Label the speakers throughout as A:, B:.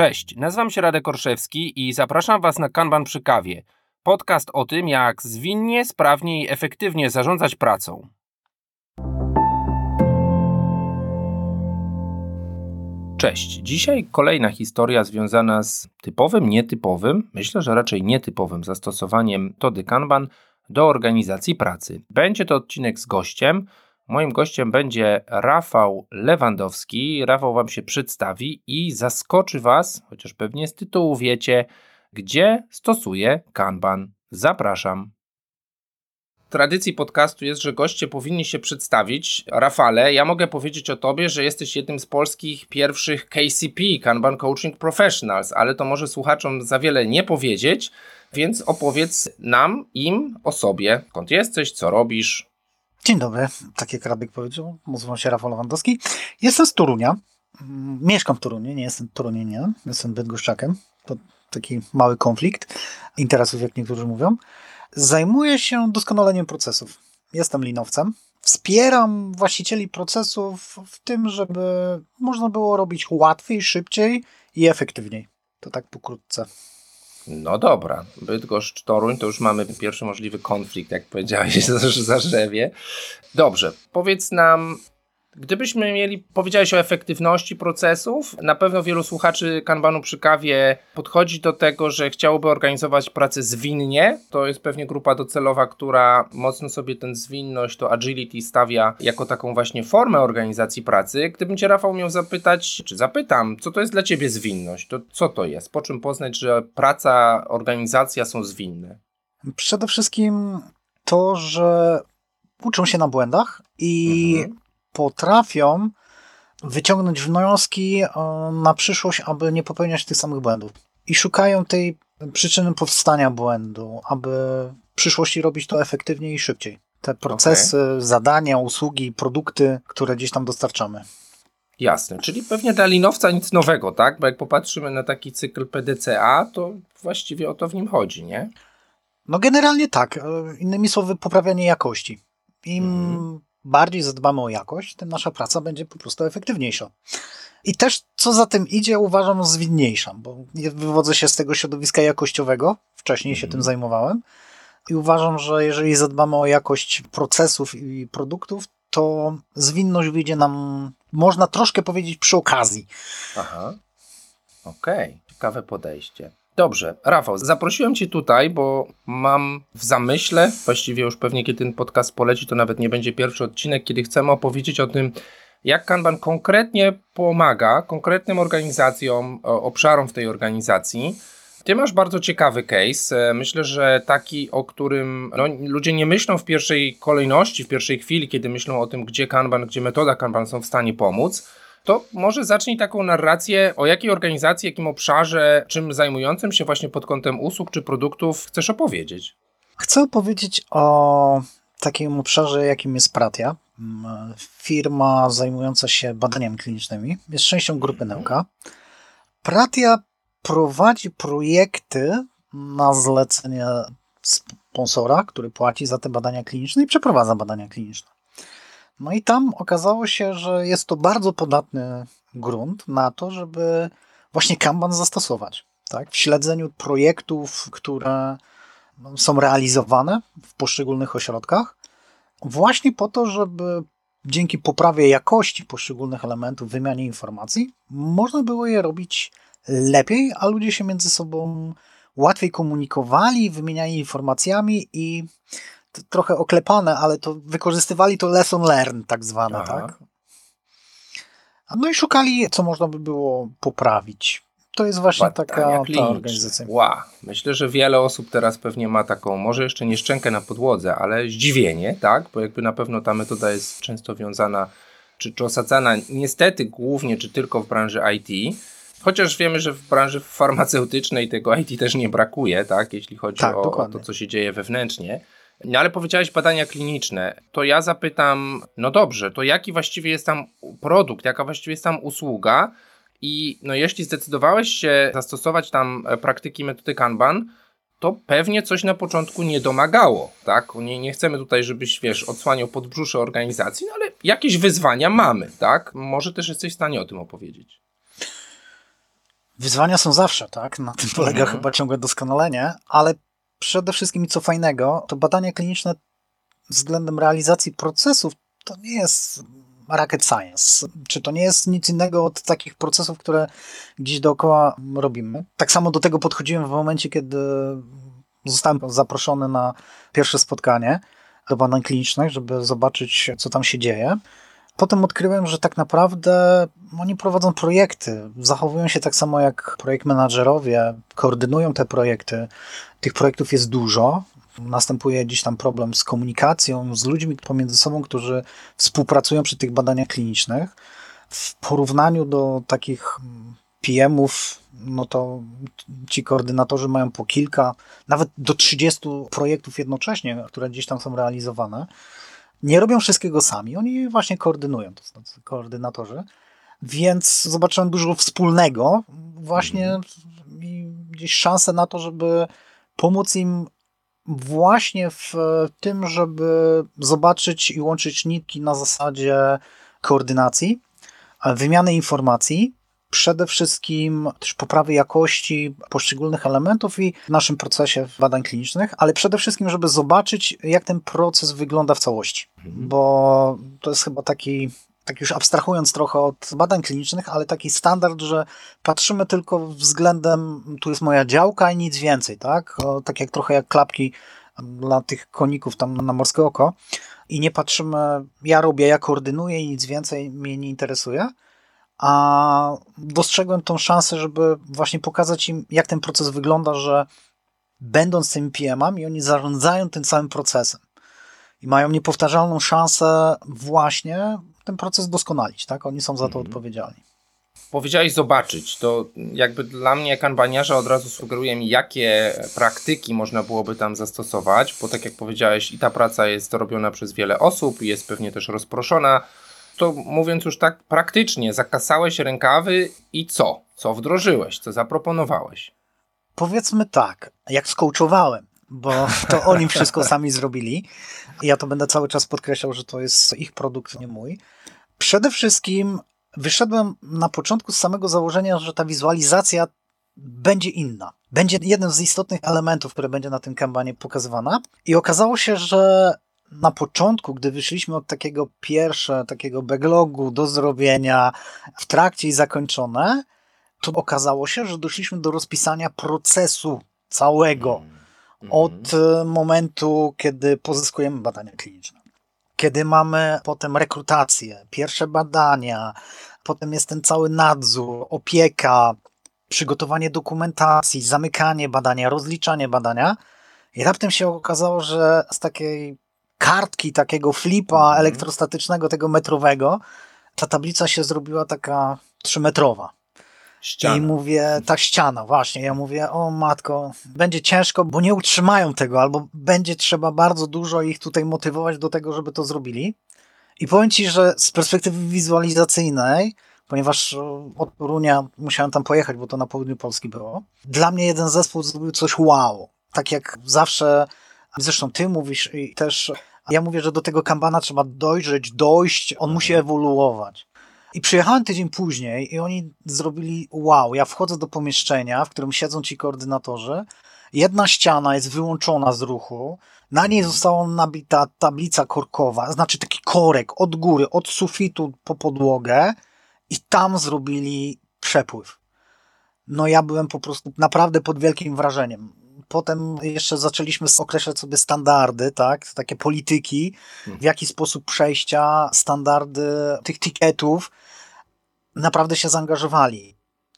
A: Cześć, nazywam się Radek Orszewski i zapraszam Was na Kanban przy kawie. Podcast o tym, jak zwinnie, sprawnie i efektywnie zarządzać pracą. Cześć, dzisiaj kolejna historia związana z typowym, nietypowym, myślę, że raczej nietypowym zastosowaniem metody Kanban do organizacji pracy. Będzie to odcinek z gościem. Moim gościem będzie Rafał Lewandowski. Rafał Wam się przedstawi i zaskoczy Was, chociaż pewnie z tytułu wiecie, gdzie stosuje Kanban. Zapraszam. W tradycji podcastu jest, że goście powinni się przedstawić. Rafale, ja mogę powiedzieć o Tobie, że jesteś jednym z polskich pierwszych KCP, Kanban Coaching Professionals, ale to może słuchaczom za wiele nie powiedzieć, więc opowiedz nam, im, o sobie. Skąd jesteś, co robisz?
B: Dzień dobry, tak jak Radek powiedział, nazywam się Rafał Lewandowski. Jestem z Torunia, mieszkam w Toruniu, nie jestem torunianinem, jestem bydgoszczakiem. To taki mały konflikt interesów, jak niektórzy mówią. Zajmuję się doskonaleniem procesów. Jestem linowcem. Wspieram właścicieli procesów w tym, żeby można było robić łatwiej, szybciej i efektywniej. To tak pokrótce.
A: No dobra, Bydgoszcz, Toruń, to już mamy pierwszy możliwy konflikt, jak powiedziałeś, Zarzewie. Dobrze, powiedz nam, gdybyśmy powiedziałeś o efektywności procesów, na pewno wielu słuchaczy Kanbanu przy kawie podchodzi do tego, że chciałoby organizować pracę zwinnie. To jest pewnie grupa docelowa, która mocno sobie tę zwinność, to agility stawia jako taką właśnie formę organizacji pracy. Gdybym Cię, Rafał, miał zapytać, czy zapytam, co to jest dla Ciebie zwinność? To co to jest? Po czym poznać, że praca, organizacja są zwinne?
B: Przede wszystkim to, że uczą się na błędach i potrafią wyciągnąć wnioski na przyszłość, aby nie popełniać tych samych błędów. I szukają tej przyczyny powstania błędu, aby w przyszłości robić to efektywniej i szybciej. Te procesy, zadania, usługi, produkty, które gdzieś tam dostarczamy.
A: Jasne, czyli pewnie dla linowca nic nowego, tak? Bo jak popatrzymy na taki cykl PDCA, to właściwie o to w nim chodzi, nie?
B: No generalnie tak. Innymi słowy, poprawianie jakości. Im bardziej zadbamy o jakość, tym nasza praca będzie po prostu efektywniejsza. I też, co za tym idzie, uważam zwinniejsza, bo wywodzę się z tego środowiska jakościowego, wcześniej się tym zajmowałem i uważam, że jeżeli zadbamy o jakość procesów i produktów, to zwinność wyjdzie nam, można troszkę powiedzieć, przy okazji.
A: Aha, okej, ciekawe podejście. Dobrze, Rafał, zaprosiłem Cię tutaj, bo mam w zamyśle, właściwie już pewnie kiedy ten podcast poleci, to nawet nie będzie pierwszy odcinek, kiedy chcemy opowiedzieć o tym, jak Kanban konkretnie pomaga konkretnym organizacjom, obszarom w tej organizacji. Ty masz bardzo ciekawy case. Myślę, że taki, o którym ludzie nie myślą w pierwszej kolejności, w pierwszej chwili, kiedy myślą o tym, gdzie Kanban, gdzie metoda Kanban są w stanie pomóc. To może zacznij taką narrację, o jakiej organizacji, jakim obszarze, czym zajmującym się właśnie pod kątem usług czy produktów chcesz opowiedzieć?
B: Chcę opowiedzieć o takim obszarze, jakim jest Pratia. Firma zajmująca się badaniami klinicznymi. Jest częścią grupy Neuka. Pratia prowadzi projekty na zlecenie sponsora, który płaci za te badania kliniczne i przeprowadza badania kliniczne. No i tam okazało się, że jest to bardzo podatny grunt na to, żeby właśnie Kanban zastosować. Tak? W śledzeniu projektów, które są realizowane w poszczególnych ośrodkach, właśnie po to, żeby dzięki poprawie jakości poszczególnych elementów, wymianie informacji, można było je robić lepiej, a ludzie się między sobą łatwiej komunikowali, wymieniali informacjami i trochę oklepane, ale to wykorzystywali to lesson learned tak zwane, tak? No i szukali, co można by było poprawić. To jest właśnie taka ta organizacja.
A: Wow. Myślę, że wiele osób teraz pewnie ma taką, może jeszcze nie szczękę na podłodze, ale zdziwienie, tak? Bo jakby na pewno ta metoda jest często wiązana, czy osadzana niestety głównie, czy tylko w branży IT. Chociaż wiemy, że w branży farmaceutycznej tego IT też nie brakuje, tak? Jeśli chodzi o to, co się dzieje wewnętrznie. No ale powiedziałeś badania kliniczne, to ja zapytam, no dobrze, to jaki właściwie jest tam produkt, jaka właściwie jest tam usługa i no jeśli zdecydowałeś się zastosować tam praktyki metody Kanban, to pewnie coś na początku nie domagało, tak? Nie chcemy tutaj, żebyś, odsłaniał podbrzusze organizacji, no ale jakieś wyzwania mamy, tak? Może też jesteś w stanie o tym opowiedzieć.
B: Wyzwania są zawsze, tak? Na tym polega chyba ciągłe doskonalenie, ale przede wszystkim, co fajnego, to badania kliniczne względem realizacji procesów to nie jest rocket science. Czy to nie jest nic innego od takich procesów, które gdzieś dookoła robimy. Tak samo do tego podchodziłem w momencie, kiedy zostałem zaproszony na pierwsze spotkanie do badań klinicznych, żeby zobaczyć, co tam się dzieje. Potem odkryłem, że tak naprawdę oni prowadzą projekty, zachowują się tak samo jak projekt menadżerowie, koordynują te projekty. Tych projektów jest dużo. Następuje gdzieś tam problem z komunikacją, z ludźmi pomiędzy sobą, którzy współpracują przy tych badaniach klinicznych. W porównaniu do takich PM-ów, no to ci koordynatorzy mają po kilka, nawet do 30 projektów jednocześnie, które gdzieś tam są realizowane. Nie robią wszystkiego sami, oni właśnie koordynują, to znaczy koordynatorzy, więc zobaczyłem dużo wspólnego właśnie i gdzieś szansę na to, żeby pomóc im właśnie w tym, żeby zobaczyć i łączyć nitki na zasadzie koordynacji, wymiany informacji, przede wszystkim też poprawy jakości poszczególnych elementów i w naszym procesie badań klinicznych, ale przede wszystkim, żeby zobaczyć, jak ten proces wygląda w całości. Bo to jest chyba taki, tak już abstrahując trochę od badań klinicznych, ale taki standard, że patrzymy tylko względem, tu jest moja działka i nic więcej, tak? Tak jak trochę jak klapki dla tych koników tam na morskie oko i nie patrzymy, ja robię, ja koordynuję i nic więcej mnie nie interesuje. A dostrzegłem tą szansę, żeby właśnie pokazać im, jak ten proces wygląda, że będąc tymi PM-ami, oni zarządzają tym całym procesem i mają niepowtarzalną szansę właśnie ten proces doskonalić, tak? Oni są za to odpowiedzialni.
A: Powiedziałeś zobaczyć, to jakby dla mnie kanbaniarza od razu sugeruje mi, jakie praktyki można byłoby tam zastosować, bo tak jak powiedziałeś, i ta praca jest robiona przez wiele osób, jest pewnie też rozproszona. To mówiąc już tak praktycznie, zakasałeś rękawy i co? Co wdrożyłeś? Co zaproponowałeś?
B: Powiedzmy tak, jak skołczowałem, bo to oni wszystko sami zrobili. Ja to będę cały czas podkreślał, że to jest ich produkt, nie mój. Przede wszystkim wyszedłem na początku z samego założenia, że ta wizualizacja będzie inna. Będzie jeden z istotnych elementów, które będzie na tym kanbanie pokazywana. I okazało się, że na początku, gdy wyszliśmy od takiego backlogu do zrobienia w trakcie i zakończone, to okazało się, że doszliśmy do rozpisania procesu całego od momentu, kiedy pozyskujemy badania kliniczne. Kiedy mamy potem rekrutację, pierwsze badania, potem jest ten cały nadzór, opieka, przygotowanie dokumentacji, zamykanie badania, rozliczanie badania. I raptem się okazało, że z takiej kartki, takiego flipa elektrostatycznego, tego metrowego, ta tablica się zrobiła taka 3-metrowa.
A: Ściana.
B: I mówię, ta ściana, właśnie. Ja mówię, o matko, będzie ciężko, bo nie utrzymają tego, albo będzie trzeba bardzo dużo ich tutaj motywować do tego, żeby to zrobili. I powiem Ci, że z perspektywy wizualizacyjnej, ponieważ od Torunia musiałem tam pojechać, bo to na południu Polski było, dla mnie jeden zespół zrobił coś wow. Tak jak zawsze, zresztą Ty mówisz i też ja mówię, że do tego kanbana trzeba dojść, on musi ewoluować. I przyjechałem tydzień później i oni zrobili wow, ja wchodzę do pomieszczenia, w którym siedzą ci koordynatorzy, jedna ściana jest wyłączona z ruchu, na niej została nabita tablica korkowa, znaczy taki korek od góry, od sufitu po podłogę i tam zrobili przepływ. No ja byłem po prostu naprawdę pod wielkim wrażeniem. Potem jeszcze zaczęliśmy określać sobie standardy, tak, takie polityki, w jaki sposób przejścia, standardy tych tiketów. Naprawdę się zaangażowali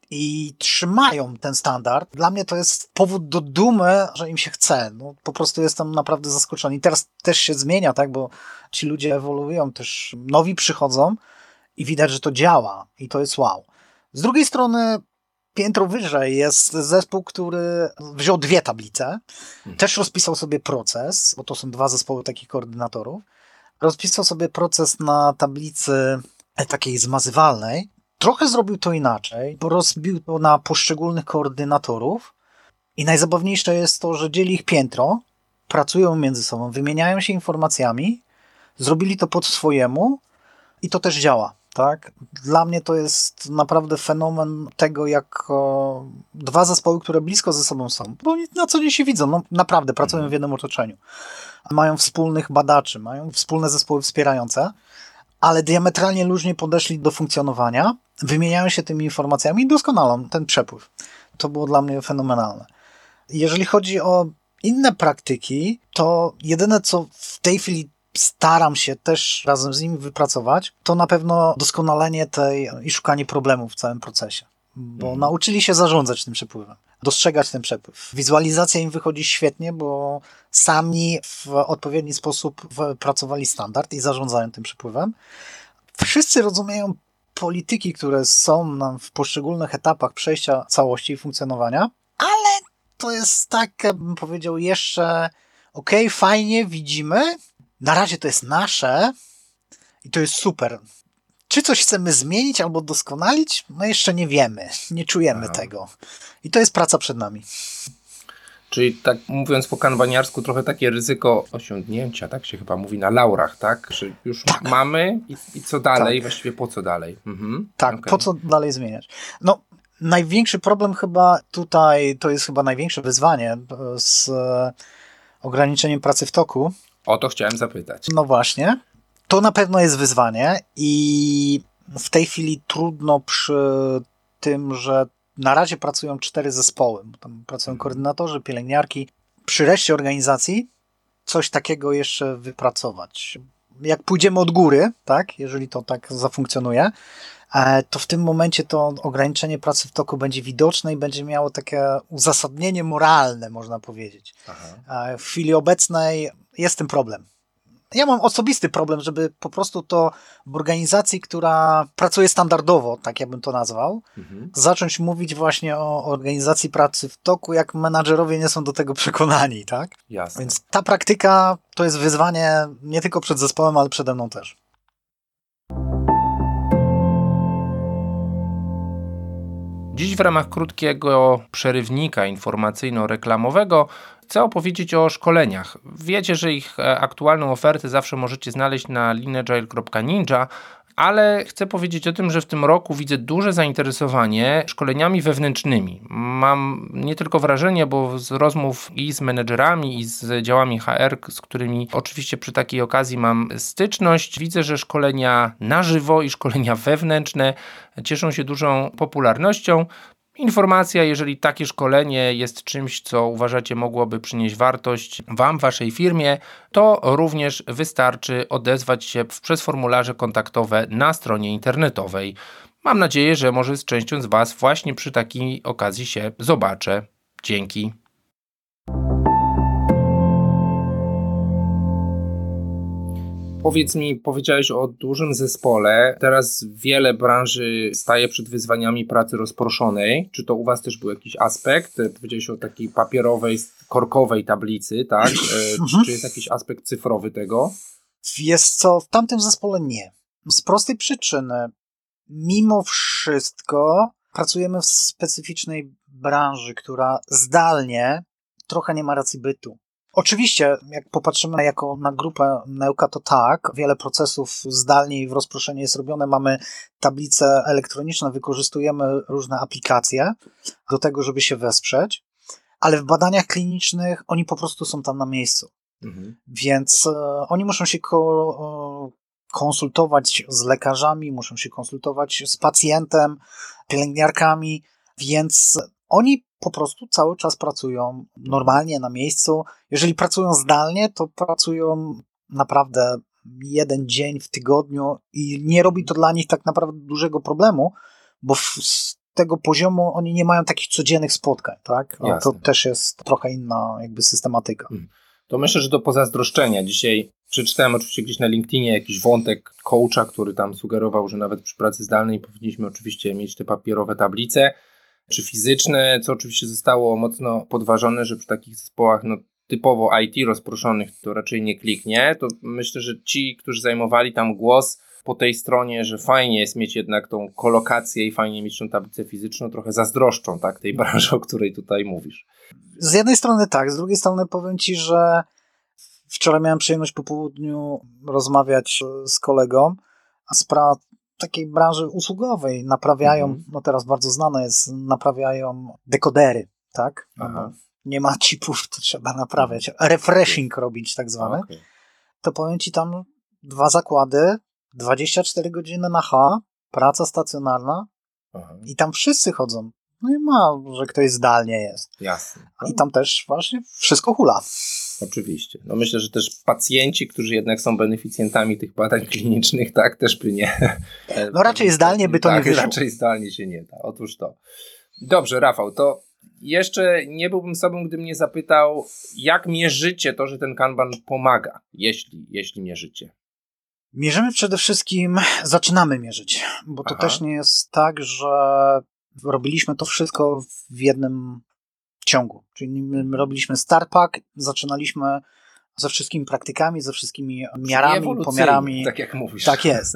B: i trzymają ten standard. Dla mnie to jest powód do dumy, że im się chce. No, po prostu jestem naprawdę zaskoczony. I teraz też się zmienia, tak, bo ci ludzie ewoluują, też nowi przychodzą i widać, że to działa i to jest wow. Z drugiej strony piętro wyżej jest zespół, który wziął 2 tablice, też rozpisał sobie proces, bo to są 2 zespoły takich koordynatorów, rozpisał sobie proces na tablicy takiej zmazywalnej, trochę zrobił to inaczej, bo rozbił to na poszczególnych koordynatorów i najzabawniejsze jest to, że dzieli ich piętro, pracują między sobą, wymieniają się informacjami, zrobili to pod swojemu i to też działa. tak? Dla mnie to jest naprawdę fenomen tego, jak dwa zespoły, które blisko ze sobą są, bo oni na co dzień się widzą, no naprawdę pracują w jednym otoczeniu. Mają wspólnych badaczy, mają wspólne zespoły wspierające, ale diametralnie różnie podeszli do funkcjonowania, wymieniają się tymi informacjami i doskonalą ten przepływ. To było dla mnie fenomenalne. Jeżeli chodzi o inne praktyki, to jedyne, co w tej chwili staram się też razem z nimi wypracować, to na pewno doskonalenie tej i szukanie problemów w całym procesie. Bo nauczyli się zarządzać tym przepływem, dostrzegać ten przepływ. Wizualizacja im wychodzi świetnie, bo sami w odpowiedni sposób wypracowali standard i zarządzają tym przepływem. Wszyscy rozumieją polityki, które są nam w poszczególnych etapach przejścia całości i funkcjonowania, ale to jest tak, bym powiedział, jeszcze okej, fajnie, widzimy, na razie to jest nasze i to jest super. Czy coś chcemy zmienić albo doskonalić? No jeszcze nie wiemy, nie czujemy tego. I to jest praca przed nami.
A: Czyli tak mówiąc po kanbaniarsku, trochę takie ryzyko osiągnięcia, tak się chyba mówi, na laurach, tak? Że już mamy i co dalej? Właściwie po co dalej?
B: Po co dalej zmieniać? No, największy problem chyba tutaj, to jest chyba największe wyzwanie z ograniczeniem pracy w toku.
A: O to chciałem zapytać.
B: No właśnie. To na pewno jest wyzwanie i w tej chwili trudno przy tym, że na razie pracują 4 zespoły, bo tam pracują koordynatorzy, pielęgniarki. Przy reszcie organizacji coś takiego jeszcze wypracować. Jak pójdziemy od góry, tak, jeżeli to tak zafunkcjonuje, to w tym momencie to ograniczenie pracy w toku będzie widoczne i będzie miało takie uzasadnienie moralne, można powiedzieć. W chwili obecnej jest tym problem. Ja mam osobisty problem, żeby po prostu to w organizacji, która pracuje standardowo, tak ja bym to nazwał, zacząć mówić właśnie o organizacji pracy w toku, jak menadżerowie nie są do tego przekonani, tak?
A: Jasne.
B: Więc ta praktyka to jest wyzwanie nie tylko przed zespołem, ale przede mną też.
A: Dziś w ramach krótkiego przerywnika informacyjno-reklamowego chcę opowiedzieć o szkoleniach. Wiecie, że ich aktualną ofertę zawsze możecie znaleźć na lineagile.ninja, ale chcę powiedzieć o tym, że w tym roku widzę duże zainteresowanie szkoleniami wewnętrznymi. Mam nie tylko wrażenie, bo z rozmów i z menedżerami, i z działami HR, z którymi oczywiście przy takiej okazji mam styczność, widzę, że szkolenia na żywo i szkolenia wewnętrzne cieszą się dużą popularnością. Informacja, jeżeli takie szkolenie jest czymś, co uważacie mogłoby przynieść wartość Wam, Waszej firmie, to również wystarczy odezwać się przez formularze kontaktowe na stronie internetowej. Mam nadzieję, że może z częścią z Was właśnie przy takiej okazji się zobaczę. Dzięki. Powiedz mi, powiedziałeś o dużym zespole. Teraz wiele branży staje przed wyzwaniami pracy rozproszonej. Czy to u Was też był jakiś aspekt? Powiedziałeś o takiej papierowej, korkowej tablicy, tak? Czy jest jakiś aspekt cyfrowy tego?
B: Jest co, w tamtym zespole nie. Z prostej przyczyny. Mimo wszystko pracujemy w specyficznej branży, która zdalnie trochę nie ma racji bytu. Oczywiście, jak popatrzymy jako na grupę Neuka, to tak, wiele procesów zdalnie i w rozproszeniu jest robione, mamy tablice elektroniczne, wykorzystujemy różne aplikacje do tego, żeby się wesprzeć, ale w badaniach klinicznych oni po prostu są tam na miejscu. Więc oni muszą się konsultować z lekarzami, muszą się konsultować z pacjentem, pielęgniarkami, więc oni po prostu cały czas pracują normalnie na miejscu. Jeżeli pracują zdalnie, to pracują naprawdę 1 dzień w tygodniu i nie robi to dla nich tak naprawdę dużego problemu, bo z tego poziomu oni nie mają takich codziennych spotkań, tak? To też jest trochę inna jakby systematyka.
A: To myślę, że to pozazdroszczenia. Dzisiaj przeczytałem oczywiście gdzieś na LinkedInie jakiś wątek coacha, który tam sugerował, że nawet przy pracy zdalnej powinniśmy oczywiście mieć te papierowe tablice, czy fizyczne, co oczywiście zostało mocno podważone, że przy takich zespołach typowo IT rozproszonych to raczej nie kliknie. To myślę, że ci, którzy zajmowali tam głos po tej stronie, że fajnie jest mieć jednak tą kolokację i fajnie mieć tą tablicę fizyczną, trochę zazdroszczą, tak, tej branży, o której tutaj mówisz.
B: Z jednej strony tak, z drugiej strony powiem Ci, że wczoraj miałem przyjemność po południu rozmawiać z kolegą z takiej branży usługowej naprawiają, no teraz bardzo znane jest, naprawiają dekodery, tak? No, nie ma chipów, to trzeba naprawiać. Refreshing robić tak zwany. To powiem ci tam 2 zakłady, 24 godziny na praca stacjonarna i tam wszyscy chodzą. No i ma, że ktoś zdalnie jest.
A: Jasne.
B: I tam też właśnie wszystko hula.
A: Oczywiście. No myślę, że też pacjenci, którzy jednak są beneficjentami tych badań klinicznych, tak, też by nie...
B: No raczej zdalnie by to nie wyszło.
A: Raczej zdalnie się nie da. Otóż to. Dobrze, Rafał, to jeszcze nie byłbym sobą, gdybym nie zapytał, jak mierzycie to, że ten Kanban pomaga, jeśli mierzycie?
B: Mierzymy przede wszystkim, zaczynamy mierzyć, bo to też nie jest tak, że robiliśmy to wszystko w jednym ciągu. Czyli my robiliśmy start pack, zaczynaliśmy ze wszystkimi praktykami, ze wszystkimi miarami, pomiarami.
A: Tak jak mówisz.
B: Tak jest.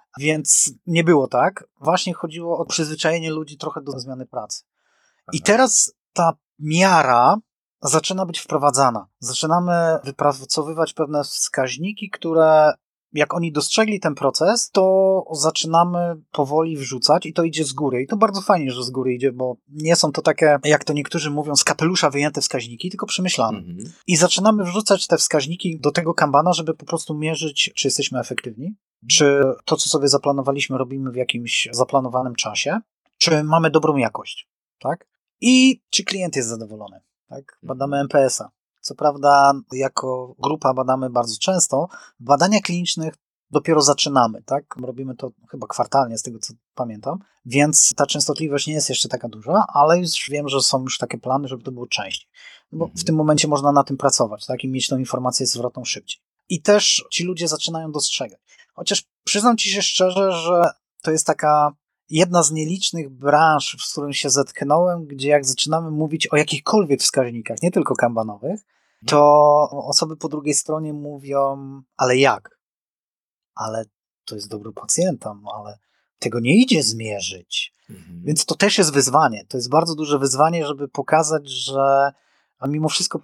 B: Więc nie było tak. Właśnie chodziło o przyzwyczajenie ludzi trochę do zmiany pracy. I teraz ta miara zaczyna być wprowadzana. Zaczynamy wypracowywać pewne wskaźniki, które jak oni dostrzegli ten proces, to zaczynamy powoli wrzucać i to idzie z góry. I to bardzo fajnie, że z góry idzie, bo nie są to takie, jak to niektórzy mówią, z kapelusza wyjęte wskaźniki, tylko przemyślane. I zaczynamy wrzucać te wskaźniki do tego Kanbana, żeby po prostu mierzyć, czy jesteśmy efektywni, czy to, co sobie zaplanowaliśmy, robimy w jakimś zaplanowanym czasie, czy mamy dobrą jakość, tak? I czy klient jest zadowolony, tak? Badamy NPS-a. Co prawda, jako grupa badamy bardzo często. Badania klinicznych dopiero zaczynamy, tak? Robimy to chyba kwartalnie, z tego co pamiętam, więc ta częstotliwość nie jest jeszcze taka duża, ale już wiem, że są już takie plany, żeby to było częściej. Bo w tym momencie można na tym pracować, tak? I mieć tą informację zwrotną szybciej. I też ci ludzie zaczynają dostrzegać. Chociaż przyznam ci się szczerze, że to jest taka jedna z nielicznych branż, z którym się zetknąłem, gdzie jak zaczynamy mówić o jakichkolwiek wskaźnikach, nie tylko kanbanowych, to osoby po drugiej stronie mówią, ale jak? Ale to jest dobro pacjenta, ale tego nie idzie zmierzyć. Więc to też jest wyzwanie. To jest bardzo duże wyzwanie, żeby pokazać, że mimo wszystko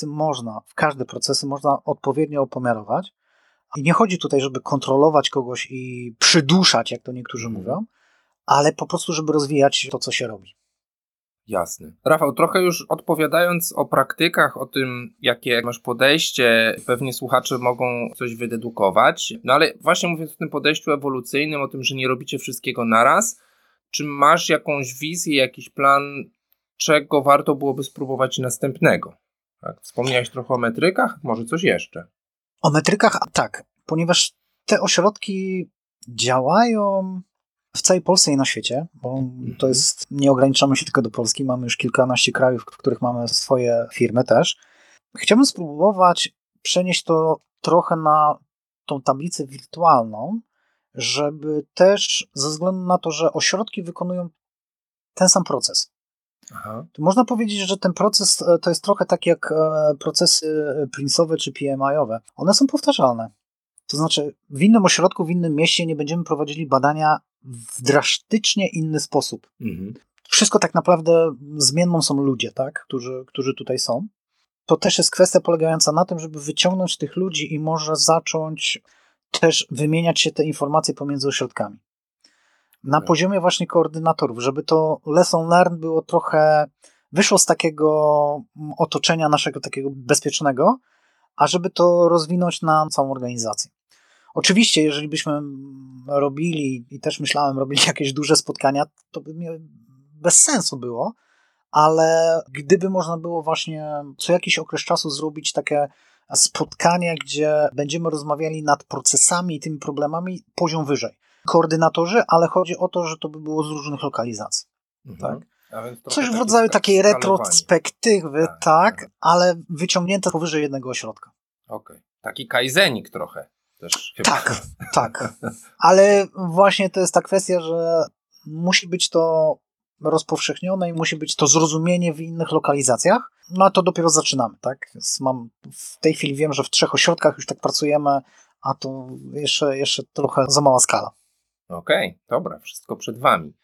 B: w każde procesy można odpowiednio opomiarować. I nie chodzi tutaj, żeby kontrolować kogoś i przyduszać, jak to niektórzy mówią, ale po prostu, żeby rozwijać to, co się robi.
A: Jasne. Rafał, trochę już odpowiadając o praktykach, o tym, jakie masz podejście, pewnie słuchacze mogą coś wydedukować, no ale właśnie mówiąc o tym podejściu ewolucyjnym, o tym, że nie robicie wszystkiego naraz, czy masz jakąś wizję, jakiś plan, czego warto byłoby spróbować następnego? Tak? Wspomniałeś trochę o metrykach, może coś jeszcze?
B: O metrykach tak, ponieważ te ośrodki działają w całej Polsce i na świecie, bo to jest, nie ograniczamy się tylko do Polski, mamy już kilkanaście krajów, w których mamy swoje firmy też. Chciałbym spróbować przenieść to trochę na tą tablicę wirtualną, żeby też ze względu na to, że ośrodki wykonują ten sam proces. To można powiedzieć, że ten proces to jest trochę tak jak procesy Prince'owe czy PMI-owe. One są powtarzalne. To znaczy w innym ośrodku, w innym mieście nie będziemy prowadzili badania w drastycznie inny sposób. Wszystko tak naprawdę zmienną są ludzie, tak? którzy tutaj są. To też jest kwestia polegająca na tym, żeby wyciągnąć tych ludzi i może zacząć też wymieniać się te informacje pomiędzy ośrodkami. Na poziomie właśnie koordynatorów, żeby to lesson learned było trochę, wyszło z takiego otoczenia naszego takiego bezpiecznego, a żeby to rozwinąć na całą organizację. Oczywiście, jeżeli byśmy robili, i też myślałem, robili jakieś duże spotkania, to by bez sensu było, ale gdyby można było właśnie co jakiś okres czasu zrobić takie spotkania, gdzie będziemy rozmawiali nad procesami i tymi problemami poziom wyżej. Koordynatorzy, ale chodzi o to, że to by było z różnych lokalizacji. Tak? Coś w rodzaju takiej retrospektywy, tak, ale wyciągnięte powyżej jednego ośrodka.
A: Okej. Taki kaizenik trochę też.
B: Tak. Ale właśnie to jest ta kwestia, że musi być to rozpowszechnione i musi być to zrozumienie w innych lokalizacjach. No a to dopiero zaczynamy, tak? W tej chwili wiem, że w 3 ośrodkach już tak pracujemy, a to jeszcze trochę za mała skala.
A: Okej, dobra, wszystko przed wami.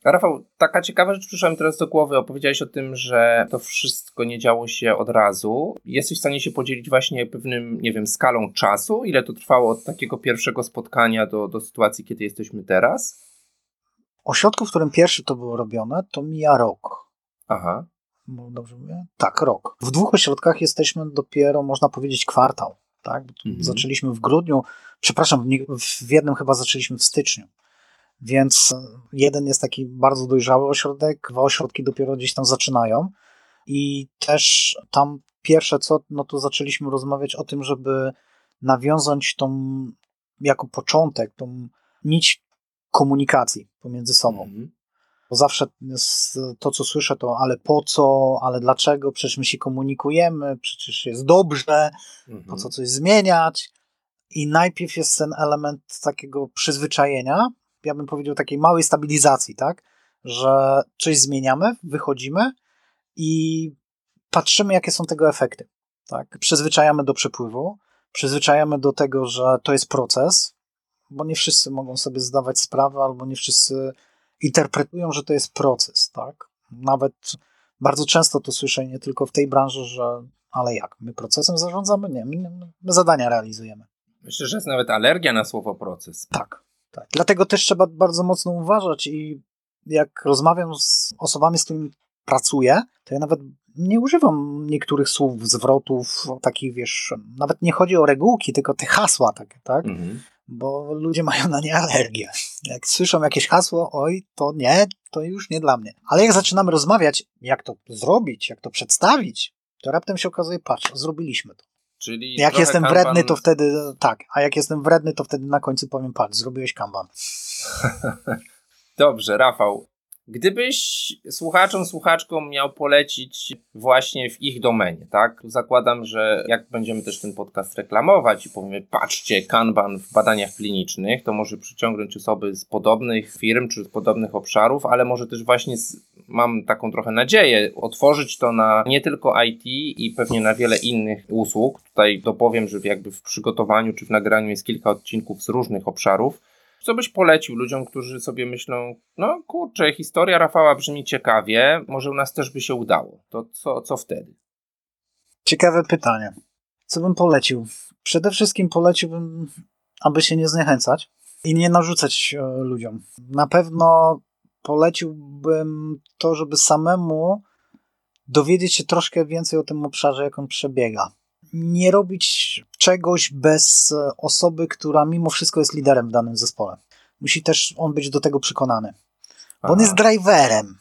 A: Rafał, taka ciekawa rzecz przyszła mi teraz do głowy. Opowiedziałeś o tym, że to wszystko nie działo się od razu. Jesteś w stanie się podzielić właśnie pewnym, nie wiem, skalą czasu? Ile to trwało od takiego pierwszego spotkania do sytuacji, kiedy jesteśmy teraz?
B: Ośrodku, w którym pierwszy to było robione, to mija rok.
A: Aha.
B: Dobrze mówię? Tak, rok. W 2 ośrodkach jesteśmy dopiero, można powiedzieć, kwartał. Tak? Zaczęliśmy w grudniu, przepraszam, w jednym chyba zaczęliśmy w styczniu. Więc jeden jest taki bardzo dojrzały ośrodek, 2 ośrodki dopiero gdzieś tam zaczynają i też tam pierwsze co, no to zaczęliśmy rozmawiać o tym, żeby nawiązać tą, jako początek, tą nić komunikacji pomiędzy sobą. Bo zawsze to, co słyszę, to ale po co, ale dlaczego, przecież my się komunikujemy, przecież jest dobrze, po co coś zmieniać. I najpierw jest ten element takiego przyzwyczajenia, ja bym powiedział takiej małej stabilizacji, tak, że coś zmieniamy, wychodzimy i patrzymy, jakie są tego efekty. Tak? Przyzwyczajamy do przepływu, przyzwyczajamy do tego, że to jest proces, bo nie wszyscy mogą sobie zdawać sprawę, albo nie wszyscy interpretują, że to jest proces. Tak? Nawet bardzo często to słyszę, nie tylko w tej branży, że ale jak, my procesem zarządzamy? Nie, my zadania realizujemy.
A: Myślę, że jest nawet alergia na słowo proces.
B: Tak. Dlatego też trzeba bardzo mocno uważać i jak rozmawiam z osobami, z którymi pracuję, to ja nawet nie używam niektórych słów, zwrotów, takich, wiesz, nawet nie chodzi o regułki, tylko te hasła takie, tak? Bo ludzie mają na nie alergię. Jak słyszą jakieś hasło, oj, to nie, to już nie dla mnie. Ale jak zaczynamy rozmawiać, jak to zrobić, jak to przedstawić, to raptem się okazuje, patrz, zrobiliśmy to.
A: Czyli
B: jak jestem wredny, to wtedy tak, a jak jestem wredny, to wtedy na końcu powiem, patrz, zrobiłeś kanban.
A: Dobrze, Rafał. Gdybyś słuchaczkom miał polecić właśnie w ich domenie, tak? Zakładam, że jak będziemy też ten podcast reklamować i powiemy, patrzcie, kanban w badaniach klinicznych, to może przyciągnąć osoby z podobnych firm czy z podobnych obszarów, ale może też właśnie mam taką trochę nadzieję, otworzyć to na nie tylko IT i pewnie na wiele innych usług. Tutaj dopowiem, że jakby w przygotowaniu czy w nagraniu jest kilka odcinków z różnych obszarów. Co byś polecił ludziom, którzy sobie myślą, no kurczę, historia Rafała brzmi ciekawie, może u nas też by się udało. To co wtedy?
B: Ciekawe pytanie. Co bym polecił? Przede wszystkim poleciłbym, aby się nie zniechęcać i nie narzucać ludziom. Na pewno poleciłbym to, żeby samemu dowiedzieć się troszkę więcej o tym obszarze, jak on przebiega. Nie robić czegoś bez osoby, która mimo wszystko jest liderem w danym zespole. Musi też on być do tego przekonany. Bo on jest driverem.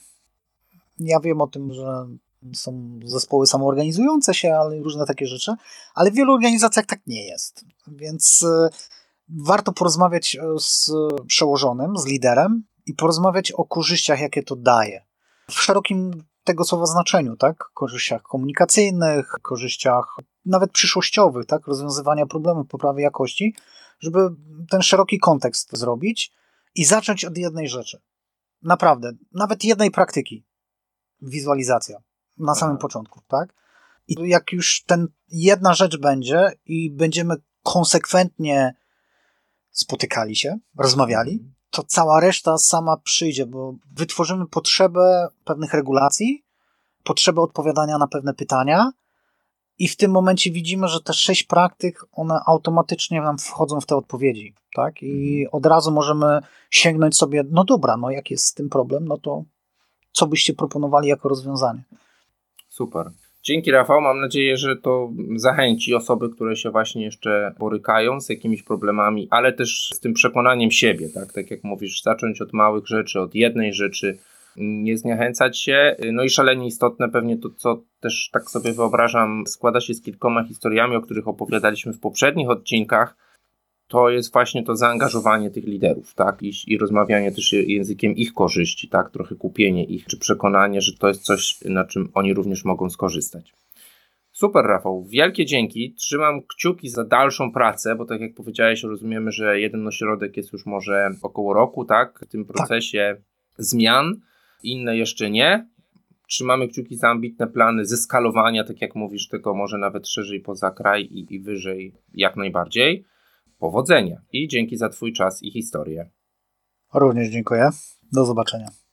B: Ja wiem o tym, że są zespoły samoorganizujące się, ale różne takie rzeczy, ale w wielu organizacjach tak nie jest. Więc warto porozmawiać z przełożonym, z liderem i porozmawiać o korzyściach, jakie to daje. W szerokim tego słowa znaczeniu, tak? Korzyściach komunikacyjnych, korzyściach nawet przyszłościowych, tak? Rozwiązywania problemów, poprawy jakości, żeby ten szeroki kontekst zrobić i zacząć od jednej rzeczy. Naprawdę, nawet jednej praktyki. Wizualizacja. Na samym początku, tak? I jak już ten jedna rzecz będzie i będziemy konsekwentnie spotykali się, rozmawiali, to cała reszta sama przyjdzie, bo wytworzymy potrzebę pewnych regulacji, potrzebę odpowiadania na pewne pytania i w tym momencie widzimy, że te 6 praktyk, one automatycznie nam wchodzą w te odpowiedzi, tak? I od razu możemy sięgnąć sobie, no dobra, no jak jest z tym problem, no to co byście proponowali jako rozwiązanie?
A: Super. Dzięki, Rafał. Mam nadzieję, że to zachęci osoby, które się właśnie jeszcze borykają z jakimiś problemami, ale też z tym przekonaniem siebie, tak? Tak jak mówisz, zacząć od małych rzeczy, od jednej rzeczy, nie zniechęcać się. No i szalenie istotne pewnie to, co też tak sobie wyobrażam, składa się z kilkoma historiami, o których opowiadaliśmy w poprzednich odcinkach. To jest właśnie to zaangażowanie tych liderów, tak? I rozmawianie też językiem ich korzyści, tak? Trochę kupienie ich, czy przekonanie, że to jest coś, na czym oni również mogą skorzystać. Super, Rafał. Wielkie dzięki. Trzymam kciuki za dalszą pracę, bo tak jak powiedziałeś, rozumiemy, że jeden ośrodek jest już może około roku, tak? W tym procesie zmian, inne jeszcze nie. Trzymamy kciuki za ambitne plany zeskalowania, tak jak mówisz, tego może nawet szerzej poza kraj i wyżej jak najbardziej. Powodzenia i dzięki za Twój czas i historię.
B: Również dziękuję. Do zobaczenia.